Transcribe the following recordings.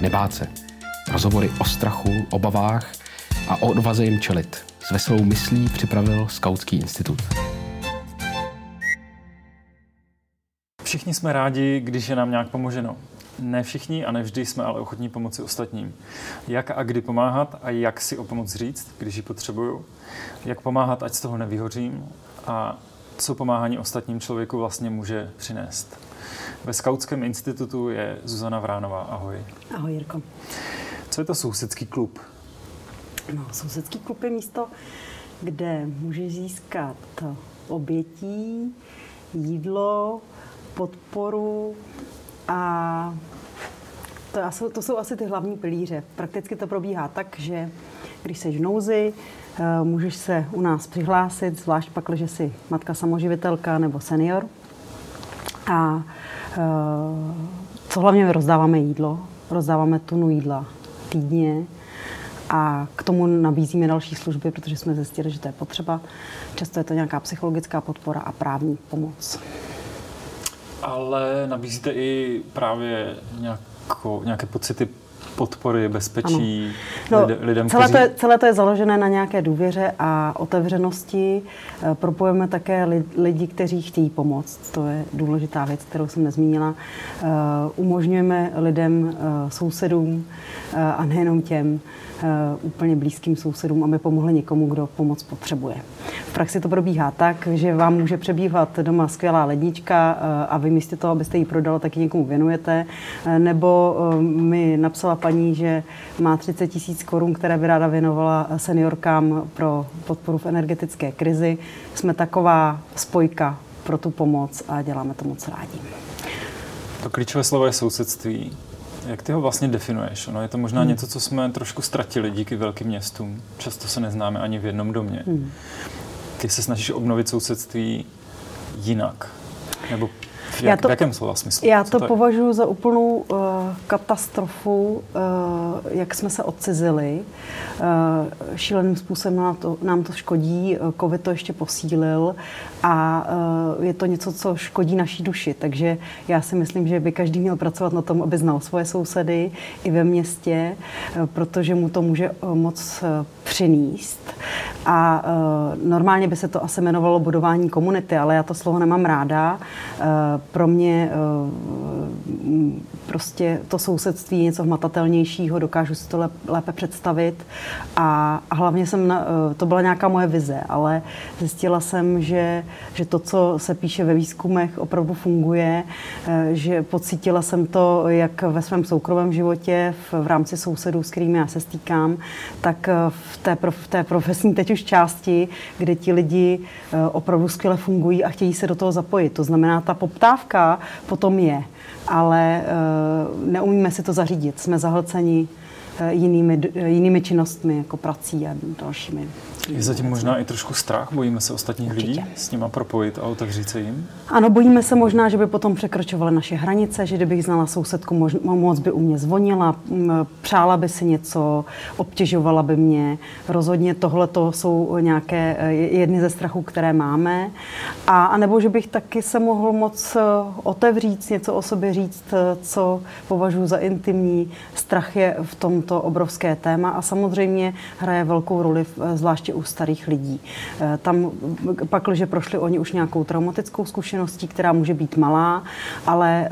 nebát se. Rozhovory o strachu, obavách a o odvaze jim čelit. S veselou myslí připravil Skautský institut. Všichni jsme rádi, když je nám nějak pomoženo. Ne všichni a nevždy jsme ale ochotní pomoci ostatním. Jak a kdy pomáhat a jak si o pomoc říct, když ji potřebuju. Jak pomáhat, ať z toho nevyhořím a co pomáhání ostatním člověku vlastně může přinést. Ve Skautském institutu je Zuzana Vránová. Ahoj. Ahoj, Jirko. Co je to sousedský klub? No, sousedský klub je místo, kde můžeš získat obětí, jídlo, podporu a to jsou asi ty hlavní pilíře. Prakticky to probíhá tak, že když jsi v nouzi, můžeš se u nás přihlásit, zvlášť pak, že jsi matka samoživitelka nebo senior. A co hlavně my rozdáváme jídlo, rozdáváme tunu jídla týdně a k tomu nabízíme další služby, protože jsme zjistili, že to je potřeba. Často je to nějaká psychologická podpora a právní pomoc. Ale nabízíte i právě nějaké pocity podpory, bezpečí lidem, celé to je založené na nějaké důvěře a otevřenosti. Propojujeme také lidi, kteří chtějí pomoct. To je důležitá věc, kterou jsem nezmínila. Umožňujeme lidem, sousedům a nejenom těm úplně blízkým sousedům, aby pomohli někomu, kdo pomoc potřebuje. V praxi to probíhá tak, že vám může přebývat doma skvělá lednička a vy místo toho, abyste ji prodala, tak ji někomu věnujete. Nebo mi napsala paní, že má 30 000 korun, které by ráda věnovala seniorkám pro podporu v energetické krizi. Jsme taková spojka pro tu pomoc a děláme to moc rádi. To klíčové slovo je sousedství. Jak ty ho vlastně definuješ? Ono je to možná něco, co jsme trošku ztratili díky velkým městům. Často se neznáme ani v jednom domě. Ty se snažíš obnovit sousedství jinak? Nebo v jakém slova smyslu? Já to považuji za úplnou katastrofu, jak jsme se odcizili. Šíleným způsobem nám to škodí, covid to ještě posílil a je to něco, co škodí naší duši. Takže já si myslím, že by každý měl pracovat na tom, aby znal svoje sousedy i ve městě, protože mu to může moc přinést. A normálně by se to asi jmenovalo budování komunity, ale já to slovo nemám ráda. Pro mě prostě to sousedství je něco hmatatelnějšího, dokážu si to lépe představit a hlavně to byla nějaká moje vize, ale zjistila jsem, že to, co se píše ve výzkumech, opravdu funguje, že pocítila jsem to jak ve svém soukromém životě, v rámci sousedů, s kterými já se stýkám, tak v té profesní teď už části, kde ti lidi opravdu skvěle fungují a chtějí se do toho zapojit. To znamená, ta poptávka potom je, ale neumíme si to zařídit. Jsme zahlceni jinými činnostmi, jako prací a dalšími. Je zatím možná i trošku strach? Bojíme se ostatních lidí s nima propojit a otevřít se jim? Ano, bojíme se možná, že by potom překračovaly naše hranice, že kdybych znala sousedku, moc by u mě zvonila, přála by si něco, obtěžovala by mě. Rozhodně tohleto jsou nějaké jedny ze strachů, které máme. A nebo že bych taky se mohl moc otevřít, něco o sobě říct, co považuji za intimní. Strach je v tomto obrovské téma a samozřejmě hraje velkou roli, zvláště u starých lidí. Tam pakliže prošli oni už nějakou traumatickou zkušeností, která může být malá, ale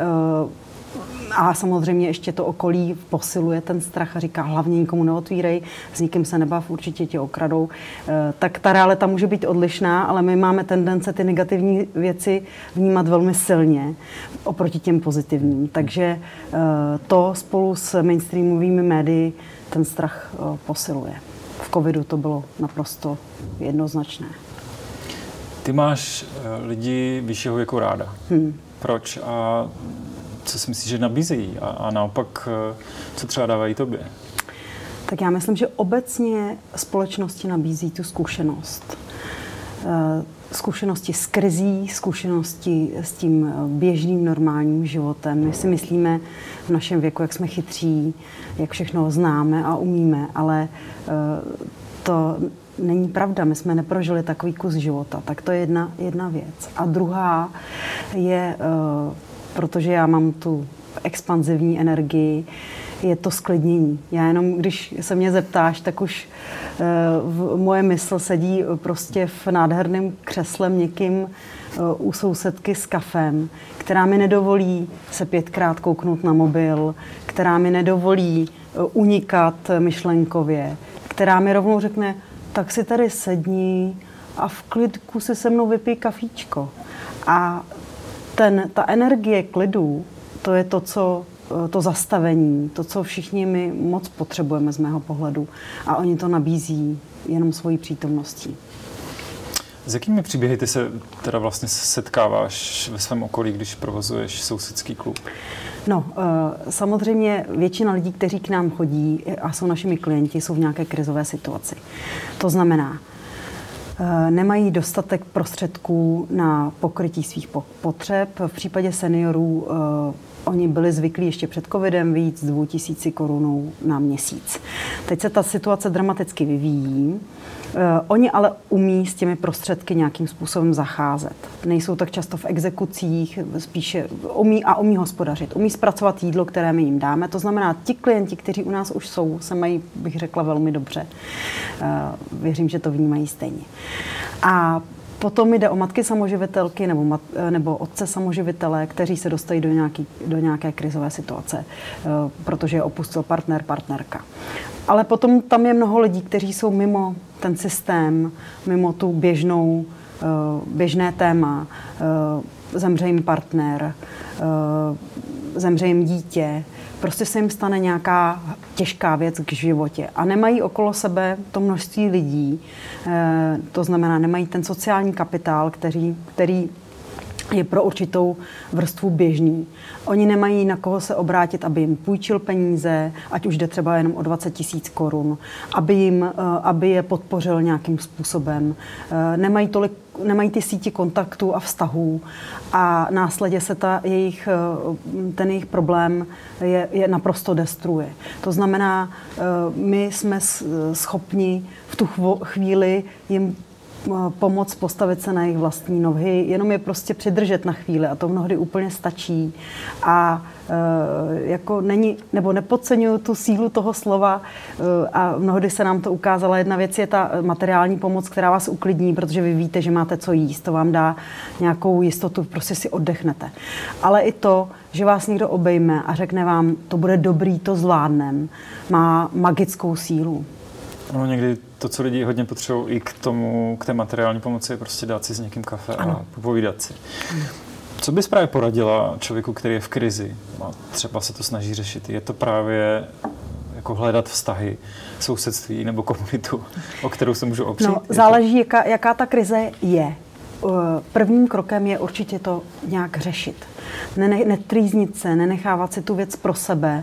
a samozřejmě ještě to okolí posiluje ten strach a říká, hlavně nikomu neotvírej, s nikým se nebav, určitě tě okradou. Tak ta realita může být odlišná, ale my máme tendence ty negativní věci vnímat velmi silně oproti těm pozitivním. Takže to spolu s mainstreamovými médii ten strach posiluje. V covidu to bylo naprosto jednoznačné. Ty máš lidi vyššího věku ráda. Proč a co si myslíš, že nabízejí? A naopak, co třeba dávají tobě? Tak já myslím, že obecně společnosti nabízí tu zkušenost. Zkušenosti s krizí, zkušenosti s tím běžným normálním životem. My si myslíme v našem věku, jak jsme chytří, jak všechno známe a umíme, ale to není pravda. My jsme neprožili takový kus života. Tak to je jedna věc. A druhá je, protože já mám tu expanzivní energii, je to sklidnění. Já jenom, když se mě zeptáš, tak už moje mysl sedí prostě v nádherném křesle měkkým u sousedky s kafem, která mi nedovolí se 5krát kouknout na mobil, která mi nedovolí unikat myšlenkově, která mi rovnou řekne, tak si tady sedni a v klidku si se mnou vypij kafíčko. A ta energie klidu, to je to zastavení, to, co všichni my moc potřebujeme z mého pohledu. A oni to nabízí jenom svojí přítomností. S jakými příběhy ty se teda vlastně setkáváš ve svém okolí, když provozuješ sousedský klub? No, samozřejmě většina lidí, kteří k nám chodí a jsou našimi klienti, jsou v nějaké krizové situaci. To znamená, nemají dostatek prostředků na pokrytí svých potřeb. V případě seniorů oni byli zvyklí ještě před covidem vyjít s 2000 korun na měsíc. Teď se ta situace dramaticky vyvíjí. Oni ale umí s těmi prostředky nějakým způsobem zacházet. Nejsou tak často v exekucích, spíše umí hospodařit. Umí zpracovat jídlo, které my jim dáme. To znamená, ti klienti, kteří u nás už jsou, se mají, bych řekla, velmi dobře. Věřím, že to vnímají stejně. A potom jde o matky samoživitelky nebo otce samoživitele, kteří se dostají do nějaké krizové situace, protože je opustil partnerka. Ale potom tam je mnoho lidí, kteří jsou mimo ten systém, mimo tu běžné téma. Zemře jim partner, zemře jim dítě. Prostě se jim stane nějaká těžká věc k životě. A nemají okolo sebe to množství lidí, to znamená, nemají ten sociální kapitál, který je pro určitou vrstvu běžný. Oni nemají na koho se obrátit, aby jim půjčil peníze, ať už jde třeba jenom o 20 000 korun, aby je podpořil nějakým způsobem. Nemají ty sítě kontaktů a vztahů a následně se ten jejich problém je naprosto destruuje. To znamená, my jsme schopni v tu chvíli jim pomoct postavit se na jejich vlastní nohy, jenom je prostě přidržet na chvíli a to mnohdy úplně stačí. A nepodceňuju tu sílu toho slova a mnohdy se nám to ukázala. Jedna věc je ta materiální pomoc, která vás uklidní, protože vy víte, že máte co jíst, to vám dá nějakou jistotu, prostě si oddechnete. Ale i to, že vás někdo obejme a řekne vám, to bude dobrý, to zvládnem, má magickou sílu. No, někdy to, co lidi hodně potřebují i k té materiální pomoci, je prostě dát si s někým kafe a popovídat si. Co bys právě poradila člověku, který je v krizi a třeba se to snaží řešit? Je to právě jako hledat vztahy, sousedství nebo komunitu, o kterou se můžu opřít? No, záleží, jaká ta krize je. Prvním krokem je určitě to nějak řešit. Netrýznit se, nenechávat si tu věc pro sebe.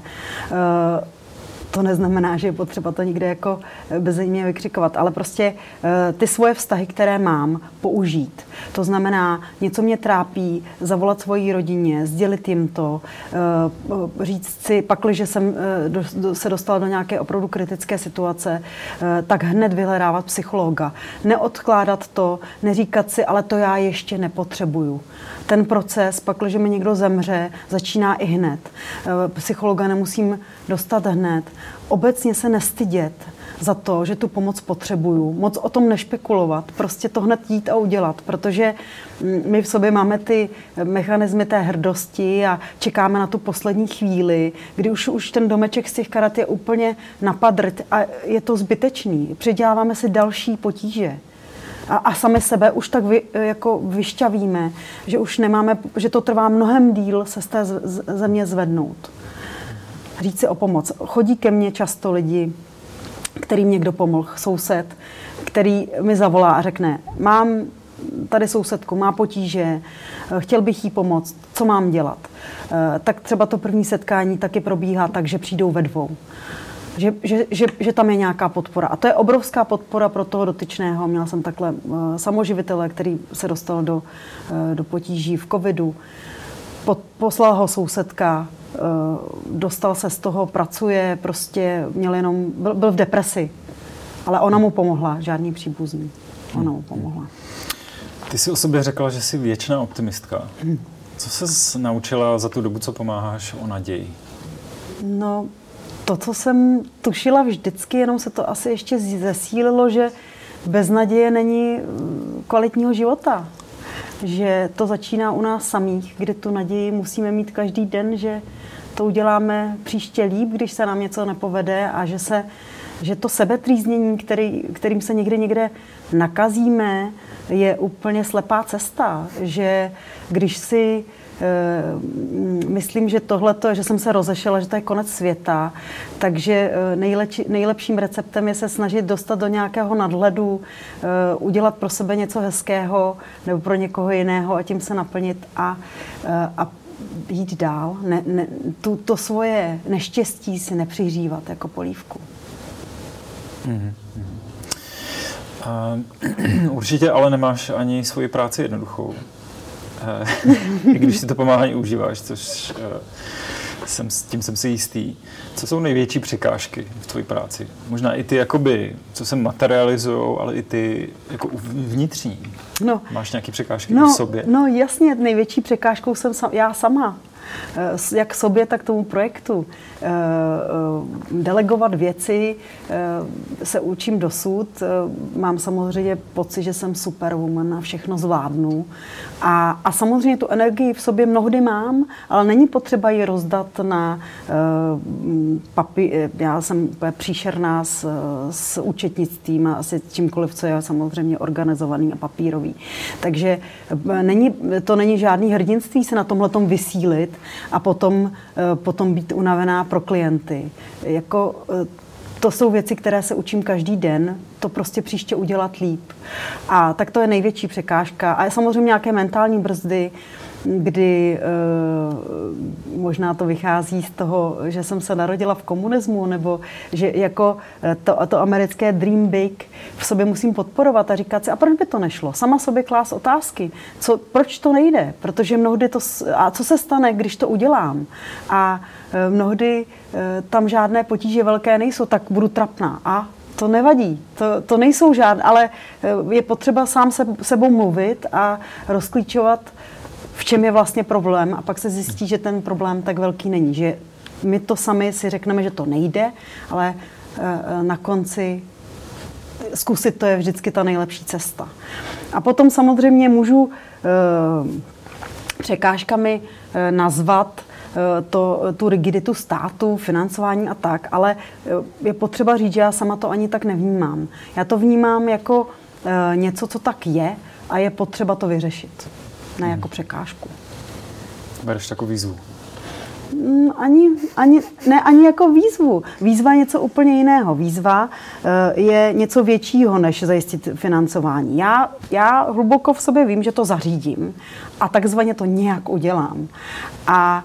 To neznamená, že je potřeba to někde jako bezejmě vykřikovat, ale prostě ty svoje vztahy, které mám, použít. To znamená, něco mě trápí, zavolat svojí rodině, sdělit jim to, říct si, pakliže jsem se dostala do nějaké opravdu kritické situace, tak hned vyhledávat psychologa. Neodkládat to, neříkat si, ale to já ještě nepotřebuju. Ten proces, pakliže mi někdo zemře, začíná i hned. Psychologa nemusím dostat hned. Obecně se nestydět za to, že tu pomoc potřebuju. Moc o tom nešpekulovat. Prostě to hned jít a udělat. Protože my v sobě máme ty mechanismy té hrdosti a čekáme na tu poslední chvíli, kdy už ten domeček z těch karat je úplně napadrt a je to zbytečný. Přiděláváme si další potíže. A sami sebe už tak vyšťavíme, že už nemáme, že to trvá mnohem díl se z té země zvednout. Říct si o pomoc. Chodí ke mně často lidi, kterým někdo pomohl, soused, který mi zavolá a řekne, mám tady sousedku, má potíže, chtěl bych jí pomoct, co mám dělat. Tak třeba to první setkání taky probíhá tak, že přijdou ve dvou. Že tam je nějaká podpora. A to je obrovská podpora pro toho dotyčného. Měla jsem takhle samoživitele, který se dostal do potíží v covidu. Poslala ho sousedka, dostal se z toho, pracuje, prostě byl v depresi. Ale ona mu pomohla, žádný příbuzný. Ona mu pomohla. Ty jsi o sobě řekla, že jsi věčná optimistka. Co ses naučila za tu dobu, co pomáháš, o naději? No, To, co jsem tušila vždycky, jenom se to asi ještě zesílilo, že bez naděje není kvalitního života. Že to začíná u nás samých, kde tu naději musíme mít každý den, že to uděláme příště líp, když se nám něco nepovede a že to sebetrýznění, kterým se někde nakazíme, je úplně slepá cesta. Že když si myslím, že tohleto, že jsem se rozešla, že to je konec světa, takže nejlepším receptem je se snažit dostat do nějakého nadhledu, udělat pro sebe něco hezkého nebo pro někoho jiného a tím se naplnit a jít dál. To svoje neštěstí si nepřihřívat jako polívku. Určitě ale nemáš ani svoji práci jednoduchou. I když si to pomáhání užíváš, což tím jsem si jistý. Co jsou největší překážky v tvojí práci? Možná i ty, jakoby, co se materializujou, ale i ty jako vnitřní. No, máš nějaké překážky v sobě? No jasně, největší překážkou jsem já sama. Jak sobě, tak tomu projektu. Delegovat věci se učím dosud. Mám samozřejmě pocit, že jsem superwoman a všechno zvládnu. A samozřejmě tu energii v sobě mnohdy mám, ale není potřeba ji rozdat na papír. Já jsem příšerná s účetnictvím a asi čímkoliv, co je samozřejmě organizovaný a papírový. Takže to není žádný hrdinství se na tomhletom vysílit a potom být unavená pro klienty. To jsou věci, které se učím každý den, to prostě příště udělat líp. A tak to je největší překážka. A samozřejmě nějaké mentální brzdy, kdy možná to vychází z toho, že jsem se narodila v komunismu, nebo že jako to americké dream big v sobě musím podporovat a říkat si, a proč by to nešlo? Sama sobě klást otázky. Proč to nejde? Protože mnohdy a co se stane, když to udělám? A mnohdy tam žádné potíže velké nejsou, tak budu trapná. A to nevadí. To nejsou žádné, ale je potřeba sám sebou mluvit a rozklíčovat, v čem je vlastně problém a pak se zjistí, že ten problém tak velký není. Že my to sami si řekneme, že to nejde, ale na konci zkusit to je vždycky ta nejlepší cesta. A potom samozřejmě můžu překážkami nazvat tu rigiditu státu, financování a tak, ale je potřeba říct, že já sama to ani tak nevnímám. Já to vnímám jako něco, co tak je a je potřeba to vyřešit. Ne jako překážku. Bereš takovou výzvu? Ani jako výzvu. Výzva je něco úplně jiného. Výzva je něco většího, než zajistit financování. Já hluboko v sobě vím, že to zařídím a takzvaně to nějak udělám. A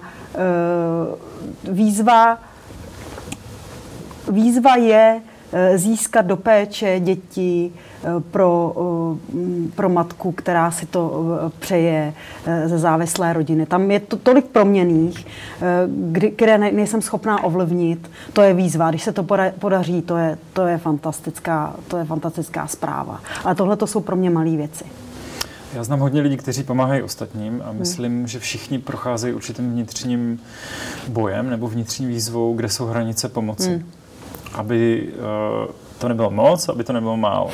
výzva je získat do péče děti pro matku, která si to přeje ze závislé rodiny. Tam je to tolik proměnných, které nejsem schopná ovlivnit. To je výzva. Když se to podaří, to je fantastická zpráva. Ale tohle to jsou pro mě malé věci. Já znám hodně lidí, kteří pomáhají ostatním a myslím, že všichni procházejí určitým vnitřním bojem nebo vnitřní výzvou, kde jsou hranice pomoci. Aby to nebylo moc, aby to nebylo málo.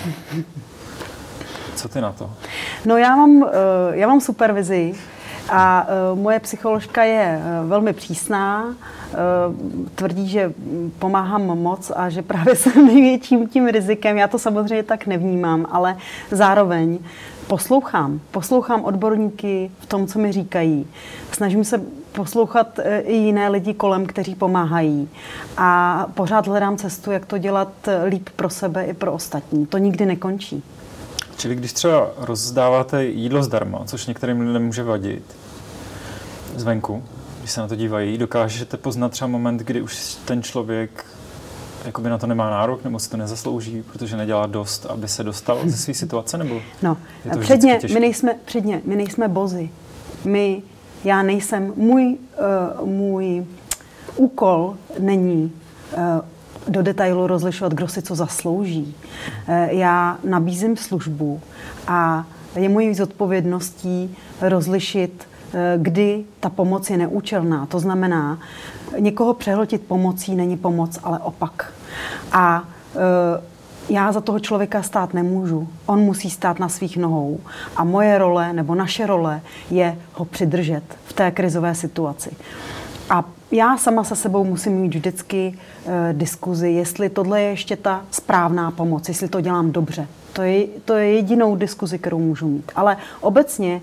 Co ty na to? No já mám supervizi a moje psycholožka je velmi přísná, tvrdí, že pomáhám moc a že právě jsem největším tím rizikem. Já to samozřejmě tak nevnímám, ale zároveň poslouchám odborníky v tom, co mi říkají. Snažím se poslouchat i jiné lidi kolem, kteří pomáhají. A pořád hledám cestu, jak to dělat líp pro sebe i pro ostatní. To nikdy nekončí. Čili když třeba rozdáváte jídlo zdarma, což některým lidem může vadit zvenku, když se na to dívají, dokážete poznat třeba moment, kdy už ten člověk jakoby na to nemá nárok, nebo si to nezaslouží, protože nedělá dost, aby se dostal ze své situace, nebo je to vždycky těžké? My nejsme bozi. Já nejsem, můj úkol není do detailu rozlišovat, kdo si co zaslouží. Já nabízím službu a je mojí zodpovědností rozlišit kdy ta pomoc je neúčelná. To znamená, někoho přehltit pomocí není pomoc, ale opak. A já za toho člověka stát nemůžu. On musí stát na svých nohou. A moje role, nebo naše role, je ho přidržet v té krizové situaci. A já sama se sebou musím mít vždycky diskuzi, jestli tohle je ještě ta správná pomoc, jestli to dělám dobře. To je jedinou diskuzi, kterou můžu mít. Ale obecně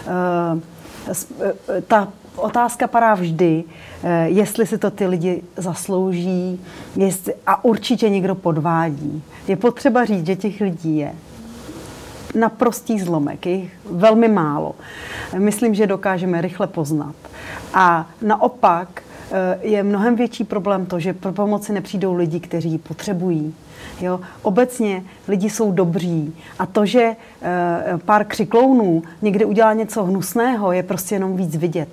ta otázka padá vždy, jestli si to ty lidi zaslouží, a určitě někdo podvádí. Je potřeba říct, že těch lidí je naprostý zlomek, je jich velmi málo. Myslím, že dokážeme rychle poznat. A naopak je mnohem větší problém to, že pro pomoci nepřijdou lidi, kteří ji potřebují. Jo? Obecně lidi jsou dobří a to, že pár křiklounů někdy udělá něco hnusného, je prostě jenom víc vidět.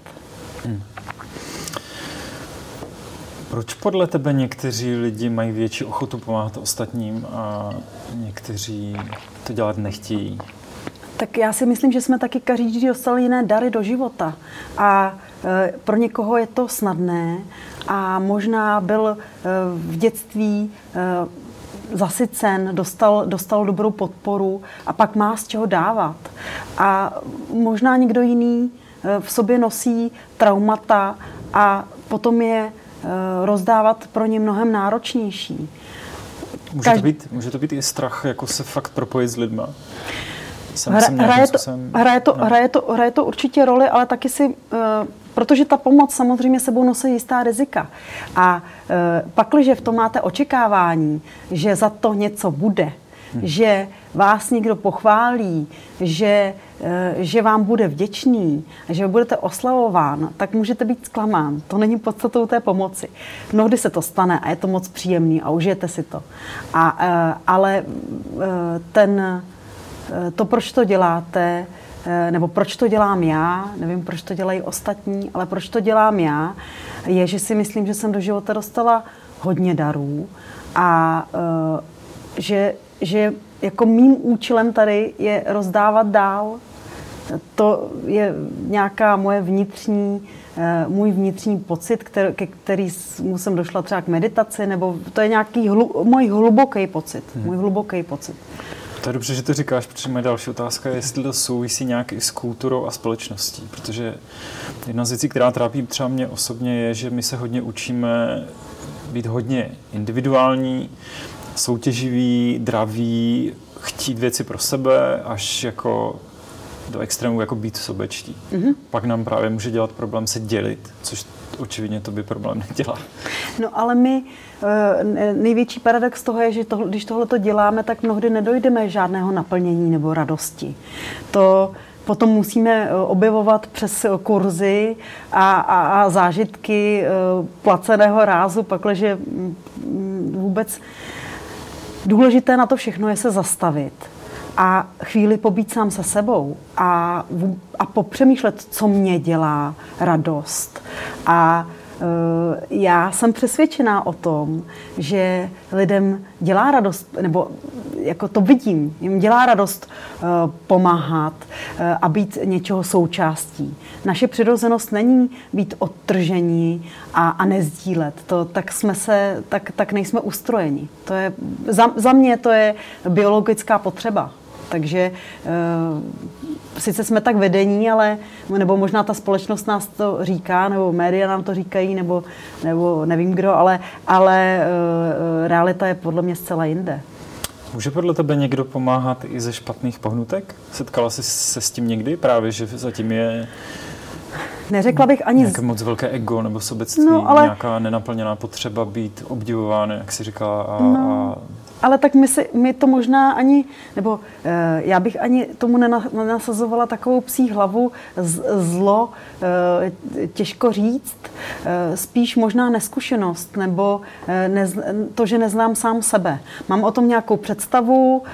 Proč podle tebe někteří lidi mají větší ochotu pomáhat ostatním a někteří to dělat nechtějí? Tak já si myslím, že jsme taky každý dostali jiné dary do života. A pro někoho je to snadné a možná byl v dětství zasycen, dostal dobrou podporu a pak má z čeho dávat. A možná někdo jiný v sobě nosí traumata a potom je rozdávat pro ně mnohem náročnější. Může to být i strach, jako se fakt propojit s lidma? Hraje to určitě roli, ale taky si, protože ta pomoc samozřejmě sebou nosí jistá rizika. A pakliže v tom máte očekávání, že za to něco bude, že vás někdo pochválí, že vám bude vděčný, že budete oslavován, tak můžete být zklamán. To není podstatou té pomoci. Mnohdy se to stane a je to moc příjemný a užijete si to. Ale to, proč to děláte, nebo proč to dělám já, nevím, proč to dělají ostatní, ale proč to dělám já, je, že si myslím, že jsem do života dostala hodně darů a že jako mým účelem tady je rozdávat dál. To je nějaká můj vnitřní pocit, kterýmu jsem došla třeba k meditaci, nebo to je nějaký můj hluboký pocit. To je dobře, že to říkáš, protože moje další otázka je, jestli to souvisí nějak i s kulturou a společností, protože jedna z věcí, která trápí třeba mě osobně, je, že my se hodně učíme být hodně individuální, soutěživý, draví, chtít věci pro sebe, až jako do extrému jako být sobečtí. Mm-hmm. Pak nám právě může dělat problém se dělit, což očividně to by problém nedělá. No ale největší paradox toho je, že když tohleto děláme, tak mnohdy nedojdeme žádného naplnění nebo radosti. To potom musíme objevovat přes kurzy a zážitky placeného rázu, pakliže vůbec důležité na to všechno je se zastavit a chvíli pobít sám se sebou a popřemýšlet, co mě dělá radost. A já jsem přesvědčená o tom, že lidem dělá radost, nebo jako to vidím, jim dělá radost pomáhat a být něčeho součástí. Naše přirozenost není být odtržení a nezdílet. Tak nejsme ustrojeni. To je, za mě to je biologická potřeba. Takže sice jsme tak vedení, nebo možná ta společnost nás to říká, nebo média nám to říkají, nebo nevím kdo, ale realita je podle mě zcela jinde. Může podle tebe někdo pomáhat i ze špatných pohnutek? Setkala jsi se s tím někdy? Právě, že zatím je neřekla bych ani nějaké moc velké ego nebo sobectví, nějaká nenaplněná potřeba být obdivován, jak jsi říkala. Ale tak my to možná ani, nebo já bych ani tomu nenasazovala takovou psí hlavu, zlo, těžko říct, spíš možná neskušenost, nebo to, že neznám sám sebe. Mám o tom nějakou představu,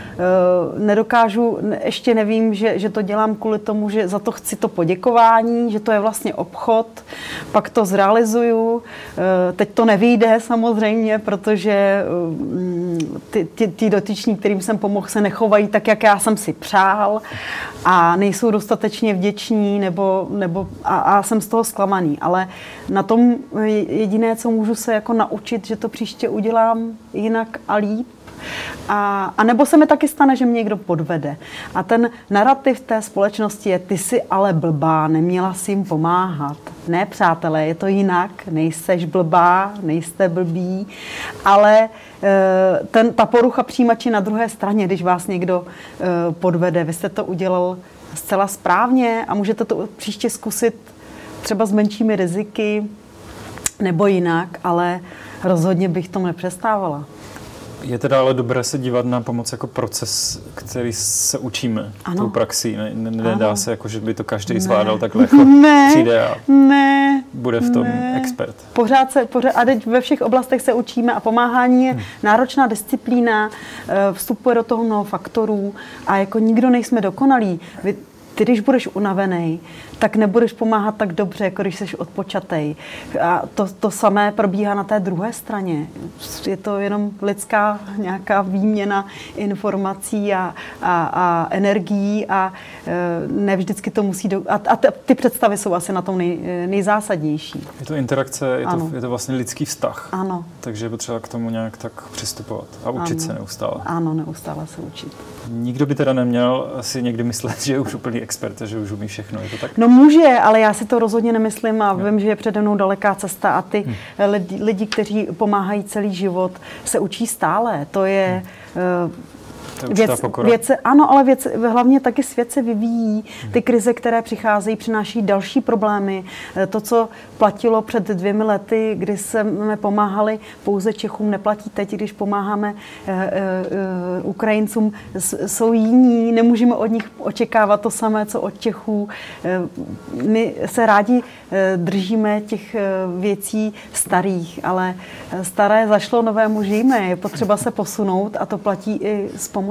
ještě nevím, že to dělám kvůli tomu, že za to chci to poděkování, že to je vlastně obchod, pak to zrealizuju, teď to nevyjde samozřejmě, protože ty dotyční, kterým jsem pomohl, se nechovají tak, jak já jsem si přál a nejsou dostatečně vděční a jsem z toho zklamaný. Ale na tom jediné, co můžu se jako naučit, že to příště udělám jinak a líp. A nebo se mi taky stane, že mě někdo podvede. A ten narrativ té společnosti je, ty jsi ale blbá, neměla jsi jim pomáhat. Ne, přátelé, je to jinak, nejseš blbá, nejste blbí, ale ta porucha přijímači na druhé straně, když vás někdo podvede, vy jste to udělal zcela správně a můžete to příště zkusit třeba s menšími riziky nebo jinak, ale rozhodně bych tomu nepřestávala. Je teda ale dobré se dívat na pomoc jako proces, který se učíme tou praxí. Nedá se, jako, že by to každý zvládal takhle, jako přijde a bude v tom expert. Pořád a teď ve všech oblastech se učíme a pomáhání je náročná disciplína, vstupuje do toho mnoho faktorů a jako nikdo nejsme dokonalí. Ty, když budeš unavený, tak nebudeš pomáhat tak dobře, jako když jsi odpočatej. A to samé probíhá na té druhé straně. Je to jenom lidská nějaká výměna informací a energií a ne vždycky to musí... A ty představy jsou asi na tom nejzásadnější. Je to interakce, je to vlastně lidský vztah. Ano. Takže je potřeba k tomu nějak tak přistupovat a učit se neustále. Ano, neustále se učit. Nikdo by teda neměl si někdy myslet, že je už úplný expert, že už umí všechno. Je to tak? No může, ale já si to rozhodně nemyslím a vím, že je přede mnou daleká cesta a ty lidi, kteří pomáhají celý život, se učí stále. To je... Ano, ale hlavně taky svět se vyvíjí. Ty krize, které přicházejí, přináší další problémy. To, co platilo před 2 lety, kdy jsme pomáhali pouze Čechům, neplatí teď, když pomáháme Ukrajincům, jsou jiní, nemůžeme od nich očekávat to samé, co od Čechů. My se rádi držíme těch věcí starých, ale staré zašlo, novému žijme. Je potřeba se posunout a to platí i s pomocí.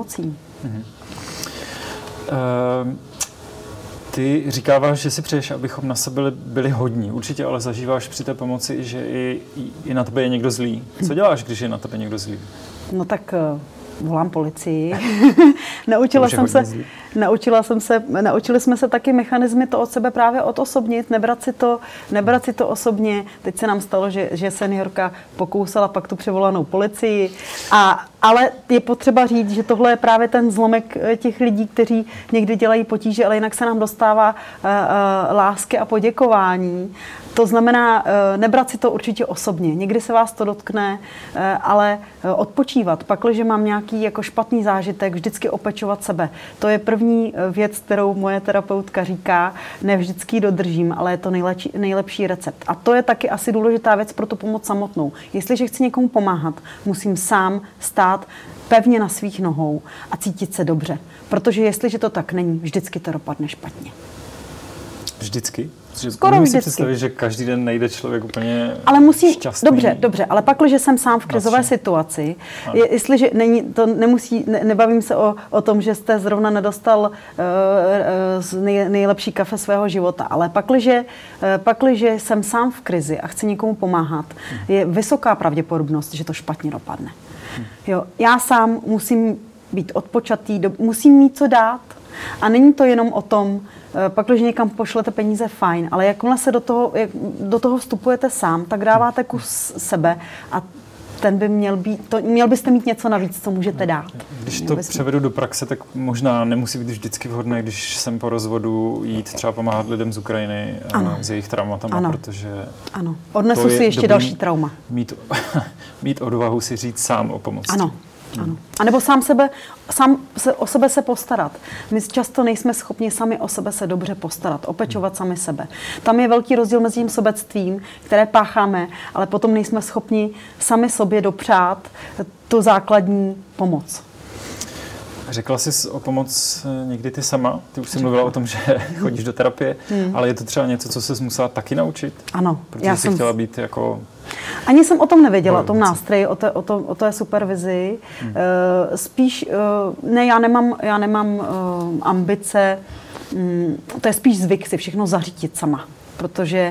Ty říkáváš, že si přeješ, abychom na sebe byli hodní. Určitě ale zažíváš při té pomoci, že i na tebe je někdo zlý. Co děláš, když je na tebe někdo zlý? No tak volám policii. Naučili jsme se taky mechanismy to od sebe právě odosobnit, nebrat si to osobně. Teď se nám stalo, že seniorka pokousala pak tu převolanou policii. Ale je potřeba říct, že tohle je právě ten zlomek těch lidí, kteří někdy dělají potíže, ale jinak se nám dostává lásky a poděkování. To znamená, nebrat si to určitě osobně. Někdy se vás to dotkne, ale odpočívat. Pakliže mám nějaký jako špatný zážitek, vždycky opečovat sebe. To je první věc, kterou moje terapeutka říká. Ne vždycky dodržím, ale je to nejlepší recept. A to je taky asi důležitá věc pro tu pomoc samotnou. Jestliže chci někomu pomáhat, musím sám stát pevně na svých nohou a cítit se dobře. Protože jestliže to tak není, vždycky to dopadne špatně. Skoro vždycky. Si představit, že každý den nejde člověk úplně šťastný. Dobře, ale pak, když jsem sám v krizové situaci, jestliže nebavím se o tom, že jste zrovna nedostal nejlepší kafe svého života, ale pakliže jsem sám v krizi a chci někomu pomáhat, je vysoká pravděpodobnost, že to špatně dopadne. Jo, já sám musím být odpočatý, musím mít co dát. A není to jenom o tom, pak, když někam pošlete peníze, fajn, ale jakmile se do toho vstupujete sám, tak dáváte kus sebe a ten by měl byste mít něco navíc, co můžete dát. Když to převedu do praxe, tak možná nemusí být vždycky vhodné, když jsem po rozvodu jít třeba pomáhat lidem z Ukrajiny s jejich traumatama, protože... Ano, odnesu si ještě další trauma. Mít odvahu si říct sám o pomoci. Ano. A nebo sám o sebe se postarat. My často nejsme schopni sami o sebe se dobře postarat, opečovat sami sebe. Tam je velký rozdíl mezi tím sobectvím, které pácháme, ale potom nejsme schopni sami sobě dopřát tu základní pomoc. Řekla jsi o pomoc někdy ty sama? Ty už jsi mluvila o tom, že chodíš do terapie, ale je to třeba něco, co jsi musela taky naučit? Ano. Protože jsi chtěla být jako... Ani jsem o tom nevěděla, o tom nástroji, o té supervizi. Spíš, ne, já nemám ambice, to je spíš zvyk si všechno zařídit sama, protože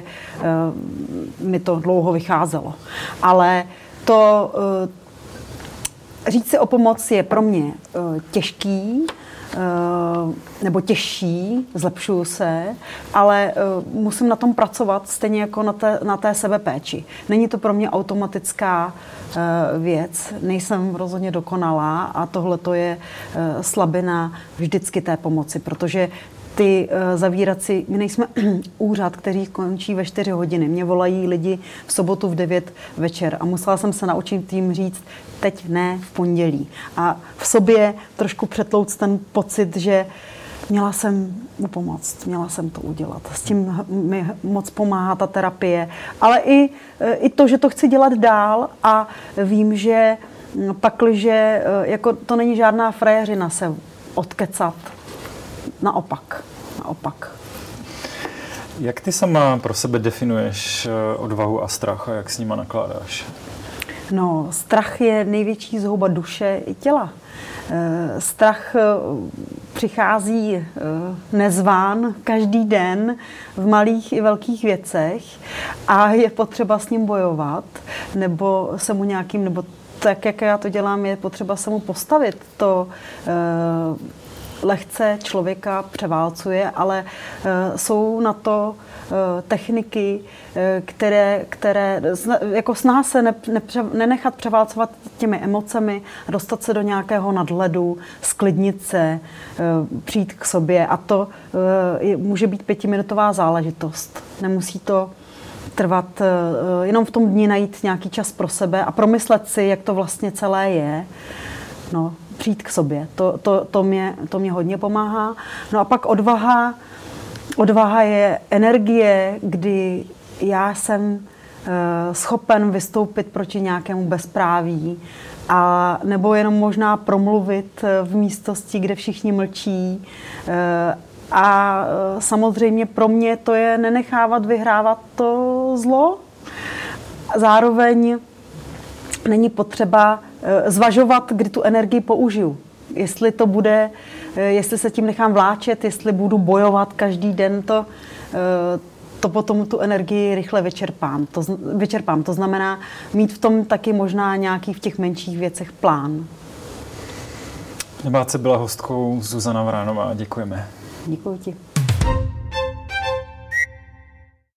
mi to dlouho vycházelo. Ale říct si o pomoc je pro mě těžký, nebo těžší, zlepšuju se, ale musím na tom pracovat stejně jako na té sebepéči. Není to pro mě automatická věc, nejsem rozhodně dokonalá a tohle to je slabina vždycky té pomoci, protože ty zavírací, my nejsme úřad, který končí ve 4 hodiny. Mě volají lidi v sobotu v 9 večer a musela jsem se naučit jim říct, teď ne, v pondělí. A v sobě trošku přetlouct ten pocit, že měla jsem mu pomoct, měla jsem to udělat. S tím mi moc pomáhá ta terapie, ale i to, že to chci dělat dál a vím, že pakliže jako to není žádná frajeřina se odkecat. Naopak. Jak ty sama pro sebe definuješ odvahu a strach a jak s nima nakládáš? No, strach je největší zhouba duše i těla. Strach přichází nezván každý den v malých i velkých věcech a je potřeba s ním bojovat, nebo se mu nebo tak, jak já to dělám, je potřeba se mu postavit. To lehce člověka převálcuje, ale jsou na to techniky, které jako snaha se nenechat převálcovat těmi emocemi, dostat se do nějakého nadhledu, sklidnit se, přijít k sobě a to může být 5minutová záležitost. Nemusí to trvat, jenom v tom dni najít nějaký čas pro sebe a promyslet si, jak to vlastně celé je. No, přijít k sobě. To mě hodně pomáhá. No a pak odvaha. Odvaha je energie, kdy já jsem schopen vystoupit proti nějakému bezpráví a nebo jenom možná promluvit v místnosti, kde všichni mlčí. A samozřejmě pro mě to je nenechávat vyhrávat to zlo. Zároveň není potřeba zvažovat, kdy tu energii použiju. Jestli se tím nechám vláčet, jestli budu bojovat každý den, to potom tu energii rychle vyčerpám. To znamená mít v tom taky možná nějaký v těch menších věcech plán. Nebát se byla hostkou Zuzana Vránová. Děkujeme. Děkuji ti.